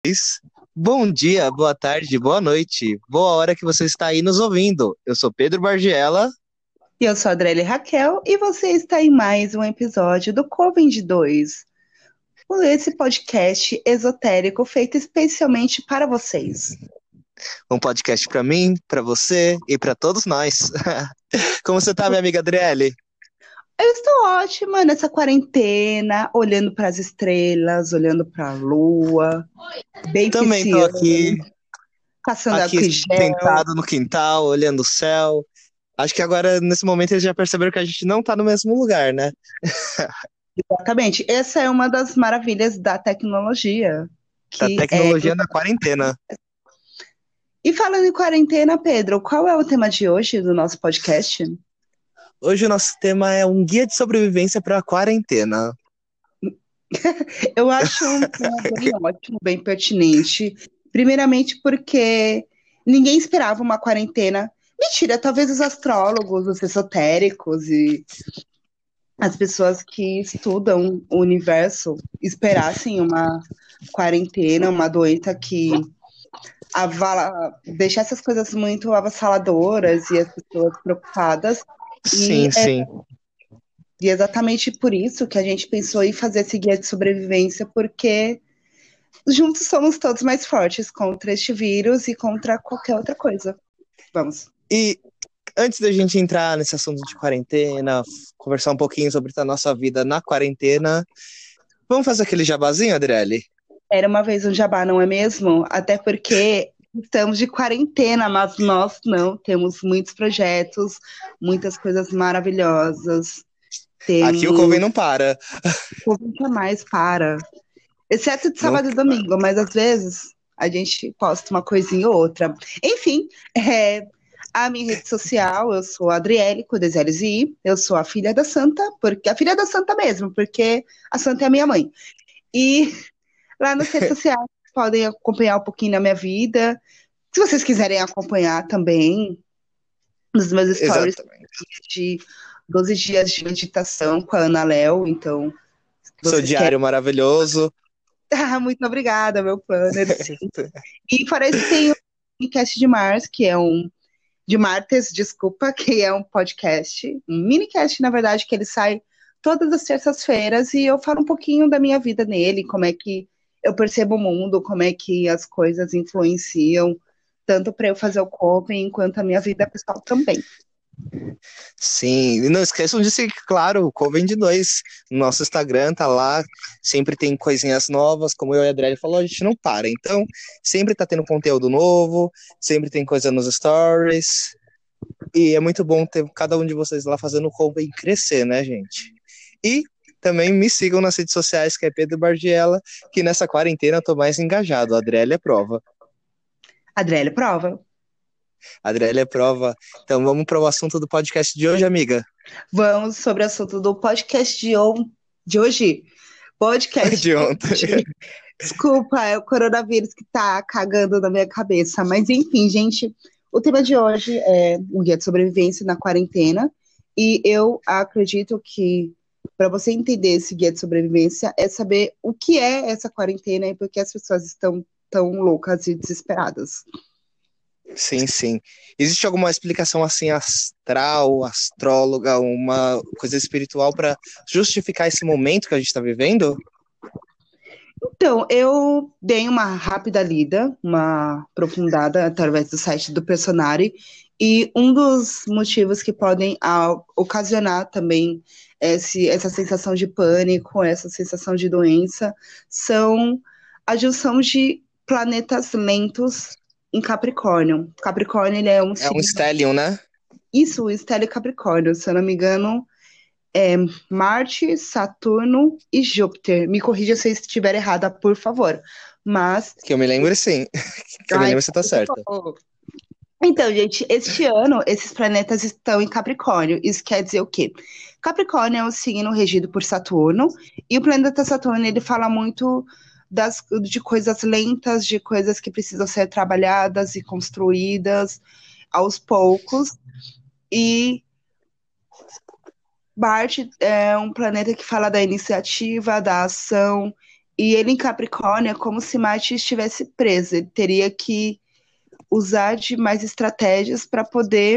Bom dia, boa tarde, boa noite, boa hora que você está aí nos ouvindo. Eu sou Pedro Bargiela. E eu sou a Adriele Raquel e você está em mais um episódio do Covid 2, esse podcast esotérico feito especialmente para vocês. Um podcast para mim, para você e para todos nós. Como você tá, minha amiga Adriele? Eu estou ótima nessa quarentena, olhando para as estrelas, olhando para a lua, bem Também tô pisciando, caçando aqui álcool em gel. sentado no quintal, olhando o céu. Acho que agora, nesse momento, eles já perceberam que a gente não tá no mesmo lugar, né? Exatamente. Essa é uma das maravilhas da tecnologia, Da que é. tecnologia na quarentena. E falando em quarentena, Pedro, qual é o tema de hoje do nosso podcast? Hoje o nosso tema é um guia de sobrevivência para a quarentena. Eu acho um tema bem ótimo, bem pertinente. Primeiramente porque ninguém esperava uma quarentena. Mentira, talvez os astrólogos, os esotéricos e as pessoas que estudam o universo esperassem uma quarentena, uma doença que deixasse as coisas muito avassaladoras e as pessoas preocupadas. E Sim, é, sim. e é exatamente por isso que a gente pensou em fazer esse guia de sobrevivência, porque juntos somos todos mais fortes contra este vírus e contra qualquer outra coisa. Vamos. E antes da gente entrar nesse assunto de quarentena, conversar um pouquinho sobre a nossa vida na quarentena, vamos fazer aquele jabazinho, Adriele? Era uma vez um jabá, não é mesmo? Até porque estamos de quarentena, mas nós não. Temos muitos projetos, muitas coisas maravilhosas. Aqui o Coven Temos. não para. O que jamais para. Exceto de Não... sábado e domingo, mas às vezes a gente posta uma coisinha ou outra. Enfim, a minha rede social, eu sou a Adriele, com dois L's e I. Eu sou a filha da Santa, porque a filha da Santa mesmo, porque a Santa é a minha mãe. E lá nas redes sociais podem acompanhar um pouquinho da minha vida. Se vocês quiserem acompanhar também nos meus stories Exatamente. de 12 dias de meditação com a Ana Léo, então, se Seu vocês querem. diário maravilhoso. Ah, muito obrigada, meu planner. Sim. E fora isso, tem o Minicast de Mars, que é um. De Martes, desculpa, que é um podcast, um minicast, na verdade, que ele sai todas as terças-feiras e eu falo um pouquinho da minha vida nele, como é que eu percebo o mundo, como é que as coisas influenciam, tanto para eu fazer o coping, quanto a minha vida pessoal também. Sim, e não esqueçam de seguir, claro, o Coven de dois. Nosso Instagram tá lá, sempre tem coisinhas novas, como eu e a Adriele falou, a gente não para. Então, sempre tá tendo conteúdo novo, sempre tem coisa nos stories. E é muito bom ter cada um de vocês lá fazendo o Coven crescer, né, gente? E também me sigam nas redes sociais, que é Pedro Bargiela, que nessa quarentena eu tô mais engajado. A Adriele é prova. Adriele, prova. A Adriele é prova. Então vamos para o assunto do podcast de hoje, amiga. Vamos sobre o assunto do podcast de hoje. Podcast De de ontem. hoje. Desculpa, é o coronavírus que tá cagando na minha cabeça. Mas enfim, gente, o tema de hoje é um guia de sobrevivência na quarentena. E eu acredito que para você entender esse guia de sobrevivência é saber o que é essa quarentena e por que as pessoas estão tão loucas e desesperadas. Sim, sim. Existe alguma explicação assim astral, astróloga, uma coisa espiritual para justificar esse momento que a gente está vivendo? Então, eu dei uma rápida lida, uma aprofundada através do site do Personari, e um dos motivos que podem ocasionar também essa sensação de pânico, essa sensação de doença, são a junção de planetas lentos em Capricórnio. Capricórnio, ele é um É um signo. stellium, né? Isso, o Estélio Capricórnio, se eu não me engano, é Marte, Saturno e Júpiter. Me corrija se eu estiver errada, por favor. Mas, Que eu me lembro, sim. Que eu me ai, lembro, você tá certa. então, gente, este ano esses planetas estão em Capricórnio. Isso quer dizer o quê? Capricórnio é um signo regido por Saturno, e o planeta Saturno ele fala muito de coisas lentas, de coisas que precisam ser trabalhadas e construídas aos poucos. E Marte é um planeta que fala da iniciativa, da ação E ele em Capricórnio é como se Marte estivesse preso. Ele teria que usar de mais estratégias para poder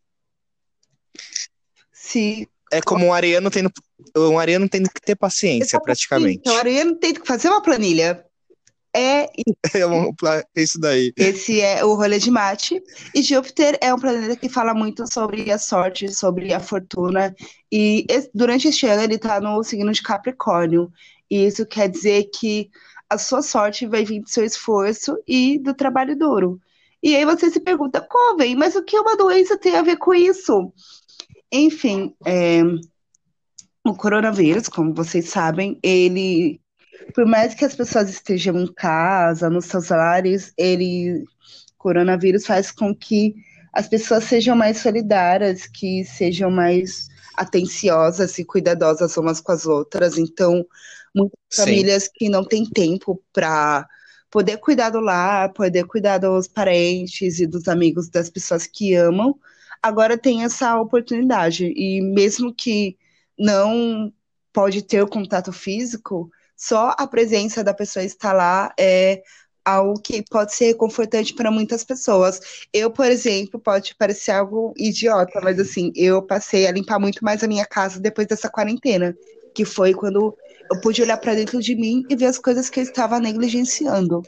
se. É como um ariano tendo que ter paciência, Exatamente. Então, praticamente. Ariano tem que fazer uma planilha. É É isso daí. Esse é o rolê de Marte. E Júpiter é um planeta que fala muito sobre a sorte, sobre a fortuna. E durante este ano ele está no signo de Capricórnio. E isso quer dizer que a sua sorte vai vir do seu esforço e do trabalho duro. E aí você se pergunta, Coven, mas o que uma doença tem a ver com isso? Enfim, o coronavírus, como vocês sabem, ele, por mais que as pessoas estejam em casa, nos seus lares, coronavírus faz com que as pessoas sejam mais solidárias, que sejam mais atenciosas e cuidadosas umas com as outras. Então, muitas Sim. famílias que não têm tempo para poder cuidar do lar, poder cuidar dos parentes e dos amigos das pessoas que amam, agora tem essa oportunidade. E mesmo que não pode ter o contato físico, só a presença da pessoa estar lá é algo que pode ser reconfortante para muitas pessoas. Eu, por exemplo, pode parecer algo idiota, mas assim, eu passei a limpar muito mais a minha casa depois dessa quarentena, que foi quando eu pude olhar para dentro de mim e ver as coisas que eu estava negligenciando.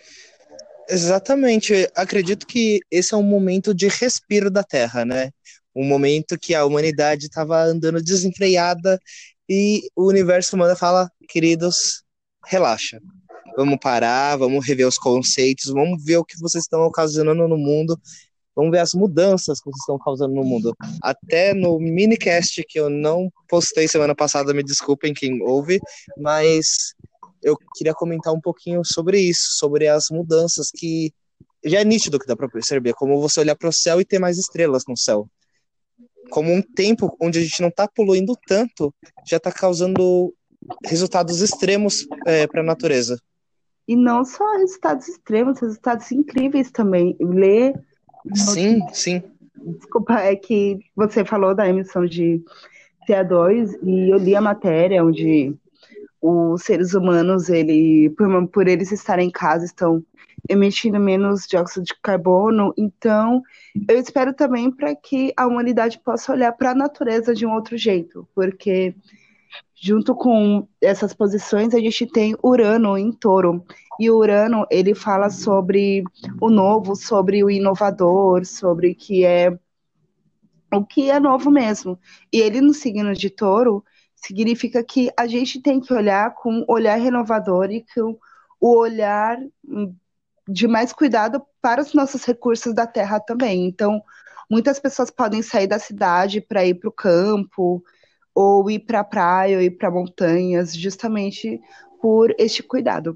Exatamente. Acredito que esse é um momento de respiro da Terra, né? Um momento que a humanidade estava andando desenfreada e o universo humano fala, queridos, relaxa. Vamos parar, vamos rever os conceitos, vamos ver o que vocês estão ocasionando no mundo, vamos ver as mudanças que vocês estão causando no mundo. Até no minicast que eu não postei semana passada, me desculpem quem ouve, mas eu queria comentar um pouquinho sobre isso, sobre as mudanças que já é nítido que dá para perceber, como você olhar para o céu e ter mais estrelas no céu. Como um tempo onde a gente não está poluindo tanto, já está causando resultados extremos para a natureza. E não só resultados extremos, resultados incríveis também. Ler. Sim, sim. Desculpa, é que você falou da emissão de CO2 e eu li a matéria onde os seres humanos, por eles estarem em casa, estão emitindo menos dióxido de carbono. Então, eu espero também para que a humanidade possa olhar para a natureza de um outro jeito, porque junto com essas posições a gente tem Urano em Touro. E o Urano, ele fala sobre o novo, sobre o inovador, sobre o que é novo mesmo. E ele no signo de Touro significa que a gente tem que olhar com um olhar renovador e com o olhar de mais cuidado para os nossos recursos da terra também. Então, muitas pessoas podem sair da cidade para ir para o campo, ou ir para a praia, ou ir para montanhas, justamente por este cuidado.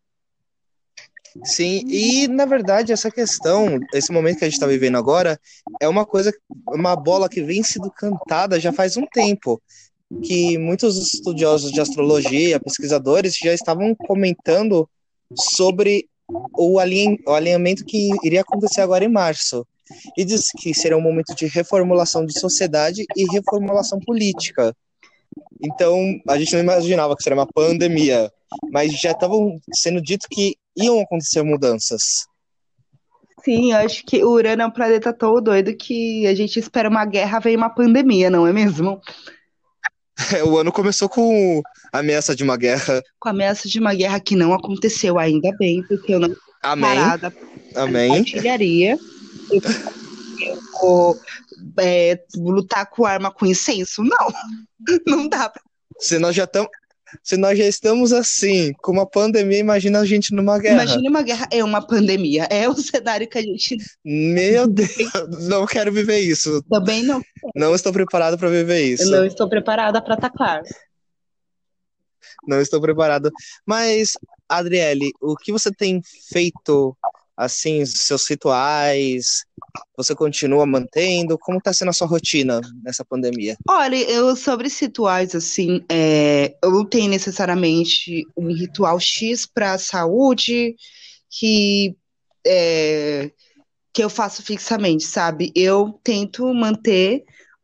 Sim, e na verdade essa questão, esse momento que a gente está vivendo agora, é uma coisa, uma bola que vem sendo cantada já faz um tempo, que muitos estudiosos de astrologia, pesquisadores, já estavam comentando sobre o alinhamento que iria acontecer agora em março. E diz que seria um momento de reformulação de sociedade e reformulação política. Então, a gente não imaginava que seria uma pandemia, mas já estavam sendo dito que iam acontecer mudanças. Sim, eu acho que o Urano é um planeta tão doido que a gente espera uma guerra, vem uma pandemia, não é mesmo? O ano começou com a ameaça de uma guerra. Com a ameaça de uma guerra que não aconteceu ainda bem, porque eu não estou Amém. preparada para Amém. artilharia. Eu vou lutar com arma com incenso? Não, não dá pra. Se nós já estamos assim, com uma pandemia, imagina a gente numa guerra. Imagine uma guerra, é uma pandemia. É o cenário que a gente. Meu Deus, não quero viver isso. Também não. Não estou preparado para viver Eu isso. não estou preparada para atacar. Não estou preparado. Mas, Adriele, o que você tem feito, assim, seus rituais? Você continua mantendo? Como está sendo a sua rotina nessa pandemia? Olha, eu sobre rituais, assim, eu não tenho necessariamente um ritual X para a saúde que, que eu faço fixamente, sabe? Eu tento manter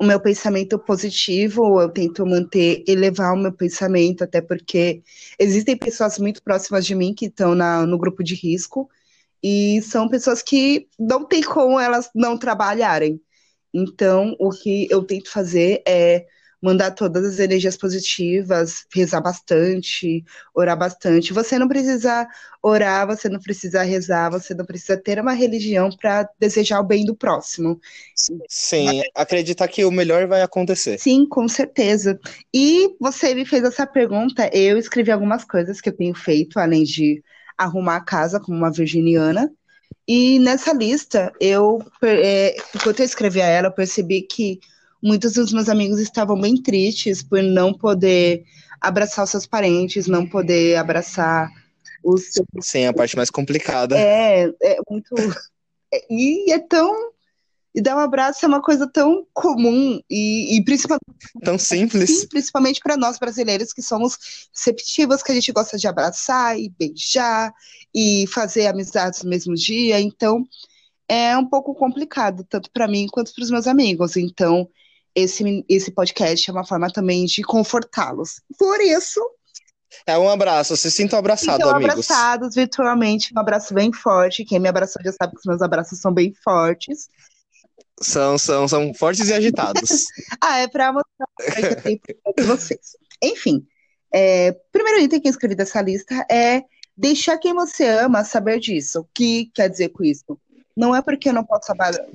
o meu pensamento positivo, eu tento manter, elevar o meu pensamento, até porque existem pessoas muito próximas de mim que estão no grupo de risco, e são pessoas que não tem como elas não trabalharem. Então, o que eu tento fazer é mandar todas as energias positivas, rezar bastante, orar bastante. Você não precisa orar, você não precisa rezar, você não precisa ter uma religião para desejar o bem do próximo. Sim, acreditar que o melhor vai acontecer. Sim, com certeza. E você me fez essa pergunta, eu escrevi algumas coisas que eu tenho feito, além de arrumar a casa como uma virginiana. E nessa lista, enquanto eu escrevia ela, eu percebi que muitos dos meus amigos estavam bem tristes por não poder abraçar os seus parentes, não poder abraçar os seus... Sim, a parte mais complicada. É muito... E é tão... E dar um abraço é uma coisa tão comum e principalmente, Tão simples. sim, principalmente para nós brasileiros que somos receptivos, que a gente gosta de abraçar e beijar e fazer amizades no mesmo dia. Então, é um pouco complicado, tanto para mim quanto para os meus amigos. Então, esse podcast é uma forma também de confortá-los. Por isso, É um abraço, se sintam abraçado, então, amigos. abraçados virtualmente, um abraço bem forte. Quem me abraçou já sabe que os meus abraços são bem fortes. São fortes e agitados. É para mostrar que eu tenho para vocês. Enfim, primeiro item que eu escrevi dessa lista é deixar quem você ama saber disso. O que quer dizer com isso? Não é porque eu não posso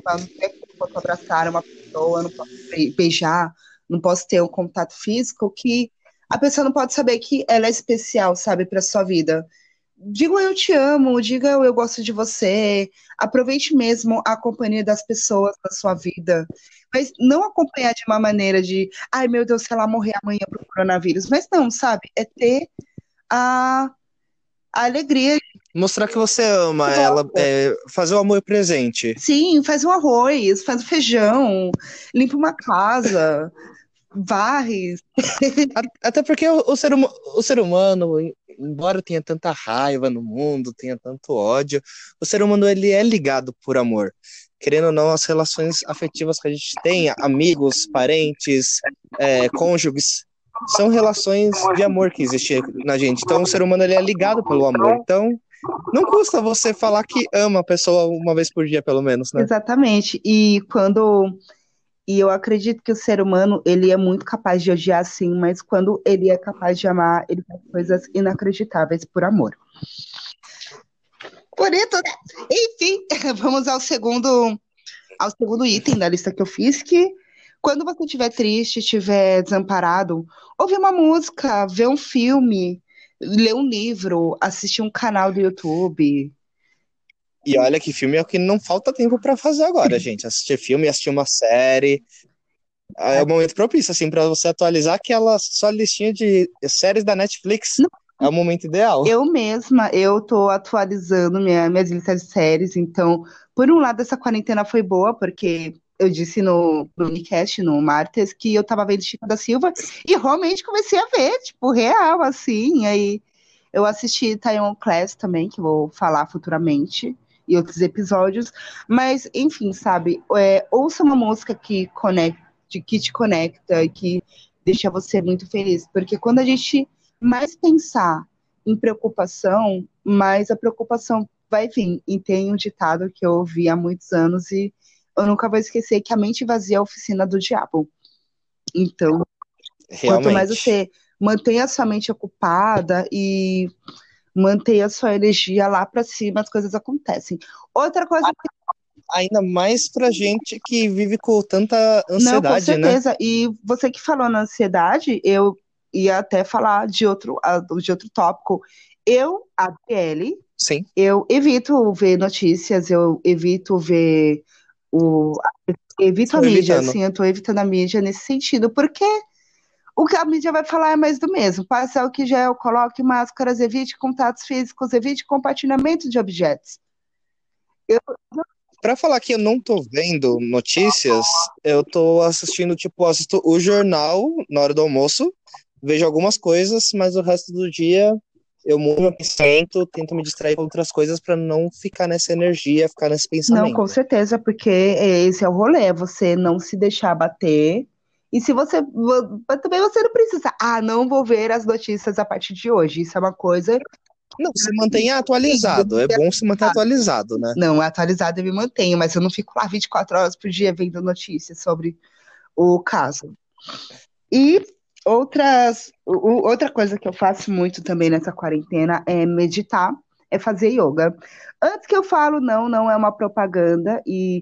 abraçar uma pessoa, não posso beijar, não posso ter um contato físico, que a pessoa não pode saber que ela é especial, sabe, para sua vida. Diga eu te amo, diga eu gosto de você. Aproveite mesmo a companhia das pessoas na sua vida. Mas não acompanhar de uma maneira de, ai meu Deus, se ela morrer amanhã pro coronavírus. Mas não, sabe? É ter a alegria. Mostrar que você ama ela, fazer o amor presente. Sim, faz um arroz, faz um feijão, limpa uma casa, varre. Até porque o ser humano, embora tenha tanta raiva no mundo, tenha tanto ódio, o ser humano ele é ligado por amor. Querendo ou não, as relações afetivas que a gente tem, amigos, parentes, cônjuges, são relações de amor que existem na gente. Então, o ser humano ele é ligado pelo amor. Então, não custa você falar que ama a pessoa uma vez por dia, pelo menos, né? Exatamente. E eu acredito que o ser humano, ele é muito capaz de odiar, sim, mas quando ele é capaz de amar, ele faz coisas inacreditáveis por amor. Bonito, né? Enfim, vamos ao segundo item da lista que eu fiz, que quando você estiver triste, estiver desamparado, ouvir uma música, ver um filme, ler um livro, assistir um canal do YouTube. E olha que filme é o que não falta tempo pra fazer agora, gente. Assistir filme, assistir uma série. É o momento propício, assim, pra você atualizar aquela só listinha de séries da Netflix. É o momento ideal. Eu mesma, eu tô atualizando minhas listas de séries, então, por um lado, essa quarentena foi boa, porque eu disse no Unicast, no Martes, que eu tava vendo Chico da Silva, e realmente comecei a ver, tipo, real, assim, aí eu assisti Taiwan Class também, que eu vou falar futuramente, e outros episódios, mas, enfim, sabe, ouça uma música que te conecta, que deixa você muito feliz, porque quando a gente mais pensar em preocupação, mais a preocupação vai vir. E tem um ditado que eu ouvi há muitos anos e eu nunca vou esquecer, que a mente vazia é a oficina do diabo. Então, quanto mais Realmente. você mantém a sua mente ocupada e mantém a sua energia lá para cima, as coisas acontecem. Outra coisa Ainda mais pra gente que vive com tanta não, com ansiedade, né? certeza. E você que falou na ansiedade, eu ia até falar de outro tópico. Eu, Adriele, Sim. eu evito ver notícias, eu evito ver o. Evito a Estou mídia, evitando. assim, eu tô evitando a mídia nesse sentido, porque o que a mídia vai falar é mais do mesmo. Passe álcool gel, coloque máscaras, evite contatos físicos, evite compartilhamento de objetos. Eu, Pra falar que eu não tô vendo notícias, eu tô assistindo, tipo, assisto o jornal na hora do almoço, vejo algumas coisas, mas o resto do dia eu mudo meu pensamento, tento me distrair com outras coisas para não ficar nessa energia, ficar nesse Não, com pensamento. certeza, porque esse é o rolê, é você não se deixar bater. E se você. Mas também você não precisa. Ah, não vou ver as notícias a partir de hoje. Isso é uma coisa. Não, se mantenha atualizado, é bom se manter atualizado, né? Não, atualizada eu me mantenho, mas eu não fico lá 24 horas por dia vendo notícias sobre o caso. E outra coisa que eu faço muito também nessa quarentena é meditar, é fazer yoga. Antes que eu falo, não é uma propaganda e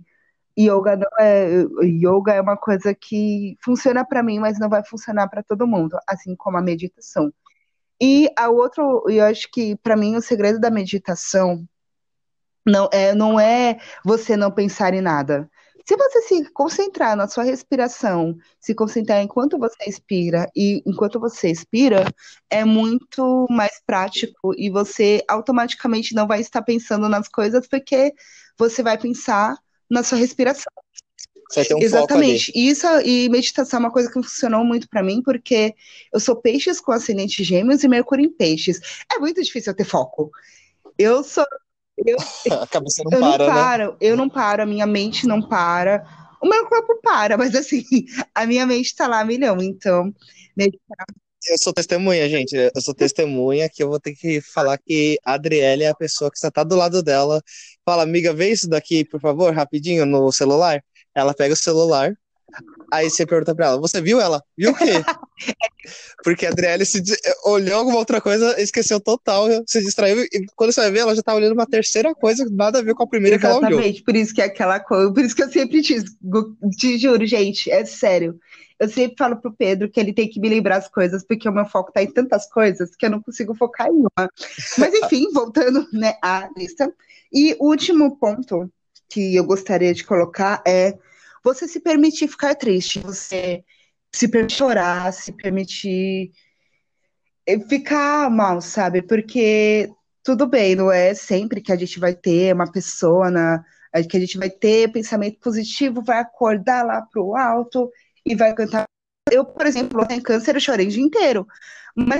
yoga é uma coisa que funciona para mim, mas não vai funcionar para todo mundo, assim como a meditação. E eu acho que para mim o segredo da meditação não é você não pensar em nada. Se você se concentrar na sua respiração, se concentrar enquanto você expira e enquanto você expira, é muito mais prático e você automaticamente não vai estar pensando nas coisas porque você vai pensar na sua respiração. Você vai ter um foco ali. Exatamente. E meditação é uma coisa que funcionou muito pra mim, porque eu sou peixes com ascendente gêmeos e Mercúrio em peixes. É muito difícil eu ter foco. Eu sou, eu, A cabeça não para, né? eu não paro, a minha mente não para. O meu corpo para, mas assim, a minha mente tá lá a milhão. Então, Eu sou testemunha, gente. Eu sou testemunha que eu vou ter que falar que a Adriele é a pessoa que está do lado dela. Fala, amiga, vê isso daqui, por favor, rapidinho, no celular. Ela pega o celular, aí você pergunta pra ela, você viu ela? Viu o quê? Porque a Adriele olhou alguma outra coisa, esqueceu total, se distraiu, e quando você vai ver, ela já tá olhando uma terceira coisa, nada a ver com a primeira que ela olhou. exatamente, por isso que é aquela coisa, por isso que eu sempre te juro, gente, é sério. Eu sempre falo pro Pedro que ele tem que me lembrar as coisas, porque o meu foco tá em tantas coisas que eu não consigo focar em uma. Mas enfim, voltando, né, à lista. E o último ponto que eu gostaria de colocar é você se permitir ficar triste, você se permitir chorar, se permitir ficar mal, sabe? Porque tudo bem, não é sempre que a gente vai ter uma pessoa que a gente vai ter pensamento positivo, vai acordar lá pro alto e vai cantar. Eu, por exemplo, eu tenho câncer, eu chorei o dia inteiro. Mas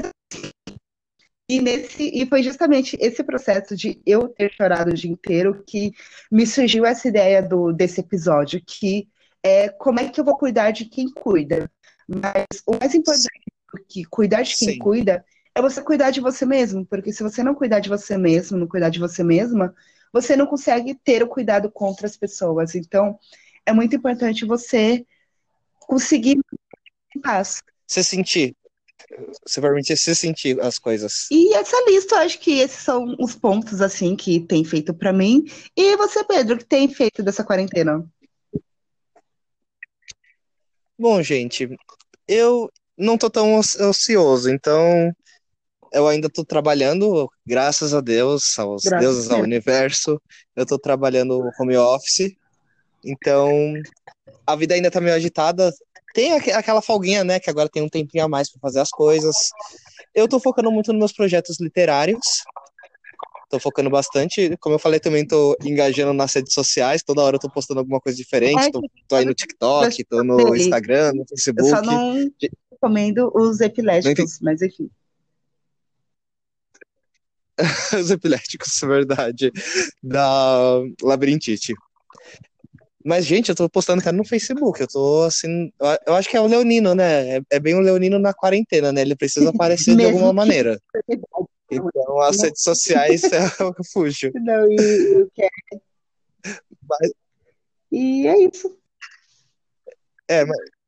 e foi justamente esse processo de eu ter chorado o dia inteiro que me surgiu essa ideia desse episódio, que é como é que eu vou cuidar de quem cuida. Mas o mais importante que cuidar de quem Sim. cuida é você cuidar de você mesmo, porque se você não cuidar de você mesmo, não cuidar de você mesma, você não consegue ter o cuidado com outras pessoas. Então, é muito importante você conseguir em paz. Se sentir, se permitir se sentir as coisas. E essa lista, eu acho que esses são os pontos assim que tem feito pra mim. E você, Pedro, o que tem feito dessa quarentena? Bom, gente, eu não tô tão ocioso, então eu ainda tô trabalhando, graças a Deus, aos Graças deuses, a ao Deus. universo. Eu tô trabalhando home office, então a vida ainda tá meio agitada. Tem aquela folguinha, né, que agora tem um tempinho a mais pra fazer as coisas. Eu tô focando muito nos meus projetos literários. Tô focando bastante. Como eu falei, também tô engajando nas redes sociais. Toda hora eu tô postando alguma coisa diferente. Ai, Tô aí no TikTok, tô no dele. Instagram, no Eu só Facebook. não recomendo os Não entendi. epiléticos, mas enfim. Os epiléticos, é verdade. Da labirintite. Mas, gente, eu tô postando, cara, no Facebook. Eu tô assim. Eu acho que é o Leonino, né? É bem o Leonino na quarentena, né? Ele precisa aparecer de alguma Mesmo que maneira. Então, as não, redes sociais é o refúgio. não, e, Mas, e é isso. é,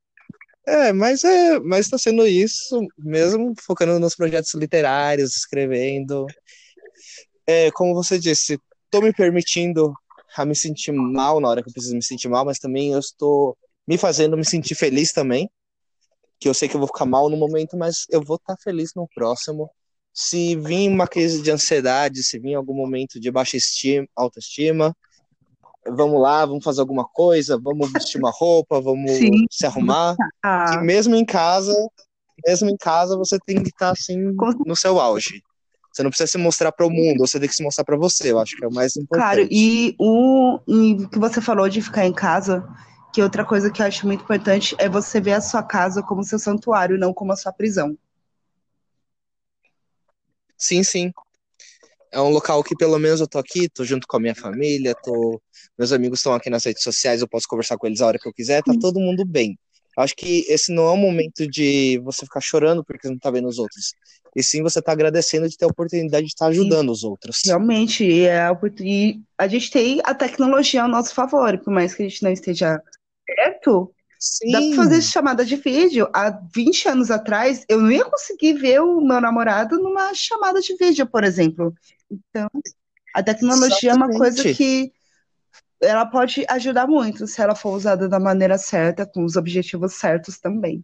mas tá sendo isso mesmo, focando nos projetos literários, escrevendo. Como você disse, tô me permitindo a me sentir mal na hora que eu preciso me sentir mal, mas também eu estou me fazendo me sentir feliz também, que eu sei que eu vou ficar mal no momento, mas eu vou estar feliz no próximo. Se vir uma crise de ansiedade, se vir algum momento de baixa autoestima, vamos lá, vamos fazer alguma coisa, vamos vestir uma roupa, vamos Sim. se arrumar. Que Ah, mesmo em casa, você tem que estar assim com- no seu auge. Você não precisa se mostrar para o mundo, você tem que se mostrar para você. Eu acho que é o mais claro, importante. e o que você falou de ficar em casa, que outra coisa que eu acho muito importante é você ver a sua casa como seu santuário, não como a sua prisão. Sim, sim. É um local que pelo menos eu tô aqui, tô junto com a minha família, meus amigos estão aqui nas redes sociais, eu posso conversar com eles a hora que eu quiser, tá todo mundo bem. Acho que esse não é um momento de você ficar chorando porque não tá vendo os outros. E sim você tá agradecendo de ter a oportunidade de estar E ajudando os outros. realmente, e a gente tem a tecnologia ao nosso favor, por mais que a gente não esteja perto, dá pra fazer Sim, chamada de vídeo. Há 20 anos atrás, eu não ia conseguir ver o meu namorado numa chamada de vídeo, por exemplo. Então, a tecnologia é uma coisa exatamente. que ela pode ajudar muito se ela for usada da maneira certa, com os objetivos certos também.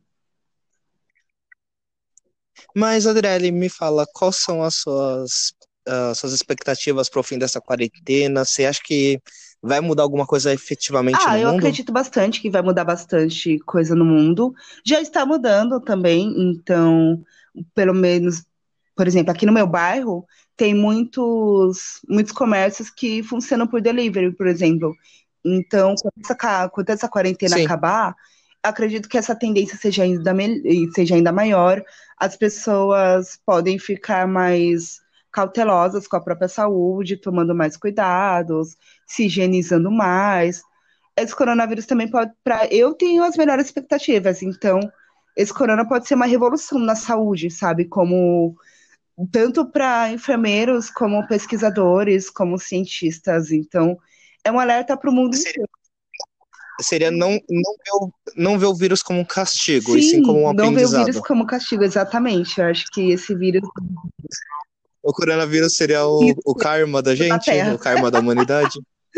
Mas, Adriele, me fala, quais são as suas expectativas para o fim dessa quarentena? Você acha que vai mudar alguma coisa efetivamente Ah, no eu mundo? acredito bastante que vai mudar bastante coisa no mundo. Já está mudando também, então, pelo menos, por exemplo, aqui no meu bairro, tem muitos comércios que funcionam por delivery, por exemplo. Então, quando essa quarentena Sim. acabar, acredito que essa tendência seja ainda maior. As pessoas podem ficar mais cautelosas com a própria saúde, tomando mais cuidados, se higienizando mais. Esse coronavírus também pode. Eu tenho as melhores expectativas, então esse corona pode ser uma revolução na saúde, sabe? Como tanto para enfermeiros, como pesquisadores, como cientistas. Então, é um alerta para o mundo inteiro. Seria não ver o vírus como um castigo, e sim como Sim, um não ver o vírus aprendizado. como castigo, exatamente. Eu acho que esse vírus O coronavírus seria o karma da na gente, o Terra. karma da humanidade.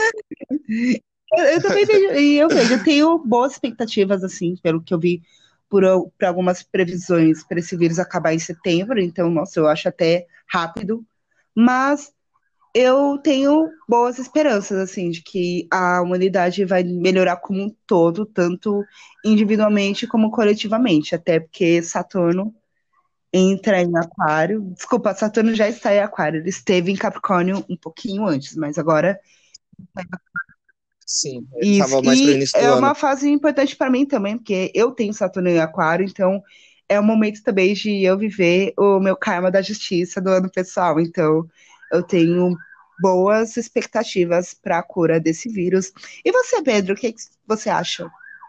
Eu também vejo, eu tenho boas expectativas, assim, pelo que eu vi por algumas previsões para esse vírus acabar em setembro, então, nossa, eu acho até rápido, mas eu tenho boas esperanças, assim, de que a humanidade vai melhorar como um todo, tanto individualmente como coletivamente, até porque Saturno entra em Aquário. Desculpa, Saturno já está em Aquário, ele esteve em Capricórnio um pouquinho antes, mas agora. Sim, ele Isso, estava mais para o e início do é ano. uma fase importante para mim também, porque eu tenho Saturno em Aquário, então é um momento também de eu viver o meu karma da justiça do ano pessoal. Então, eu tenho boas expectativas para a cura desse vírus. E você, Pedro, o que você acha?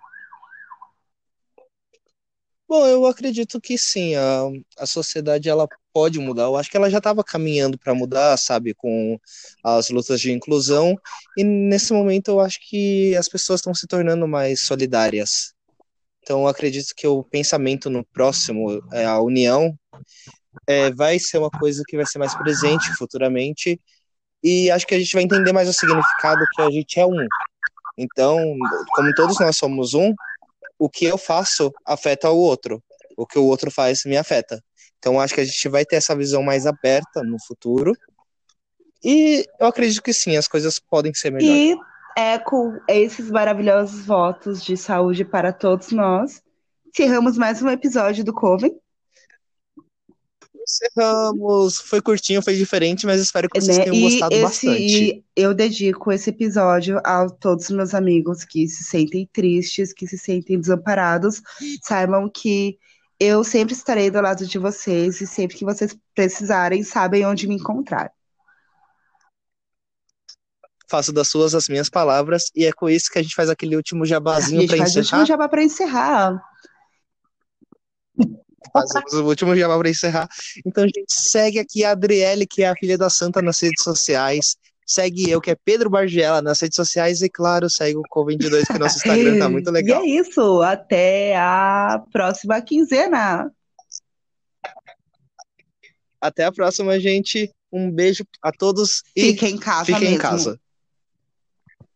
Bom, eu acredito que sim, a sociedade ela pode mudar. Eu acho que ela já estava caminhando para mudar, sabe, com as lutas de inclusão. E nesse momento eu acho que as pessoas estão se tornando mais solidárias. Então eu acredito que o pensamento no próximo, a união, vai ser uma coisa que vai ser mais presente futuramente. E acho que a gente vai entender mais o significado que a gente é um. Então, como todos nós somos um, o que eu faço afeta o outro. O que o outro faz me afeta. Então, acho que a gente vai ter essa visão mais aberta no futuro. E eu acredito que sim, as coisas podem ser melhor. E com esses maravilhosos votos de saúde para todos nós, encerramos mais um episódio do Coven. Encerramos. Foi curtinho, foi diferente, mas espero que vocês Né? tenham gostado bastante. E eu dedico esse episódio a todos os meus amigos que se sentem tristes, que se sentem desamparados. Saibam que eu sempre estarei do lado de vocês e sempre que vocês precisarem, sabem onde me encontrar. Faço das suas as minhas palavras, e é com isso que a gente faz aquele último A jabazinho gente para faz o último encerrar. jabá para encerrar. Fazemos o último jabá para encerrar. Então, gente, segue aqui a Adriele, que é a filha da Santa, nas redes sociais. Segue eu, que é Pedro Bargiela, nas redes sociais. E, claro, segue o Co22, que nosso Instagram tá muito E é legal. isso. Até a próxima quinzena. Até a próxima, gente. Um beijo a todos e Fiquem em casa fiquem em mesmo. casa.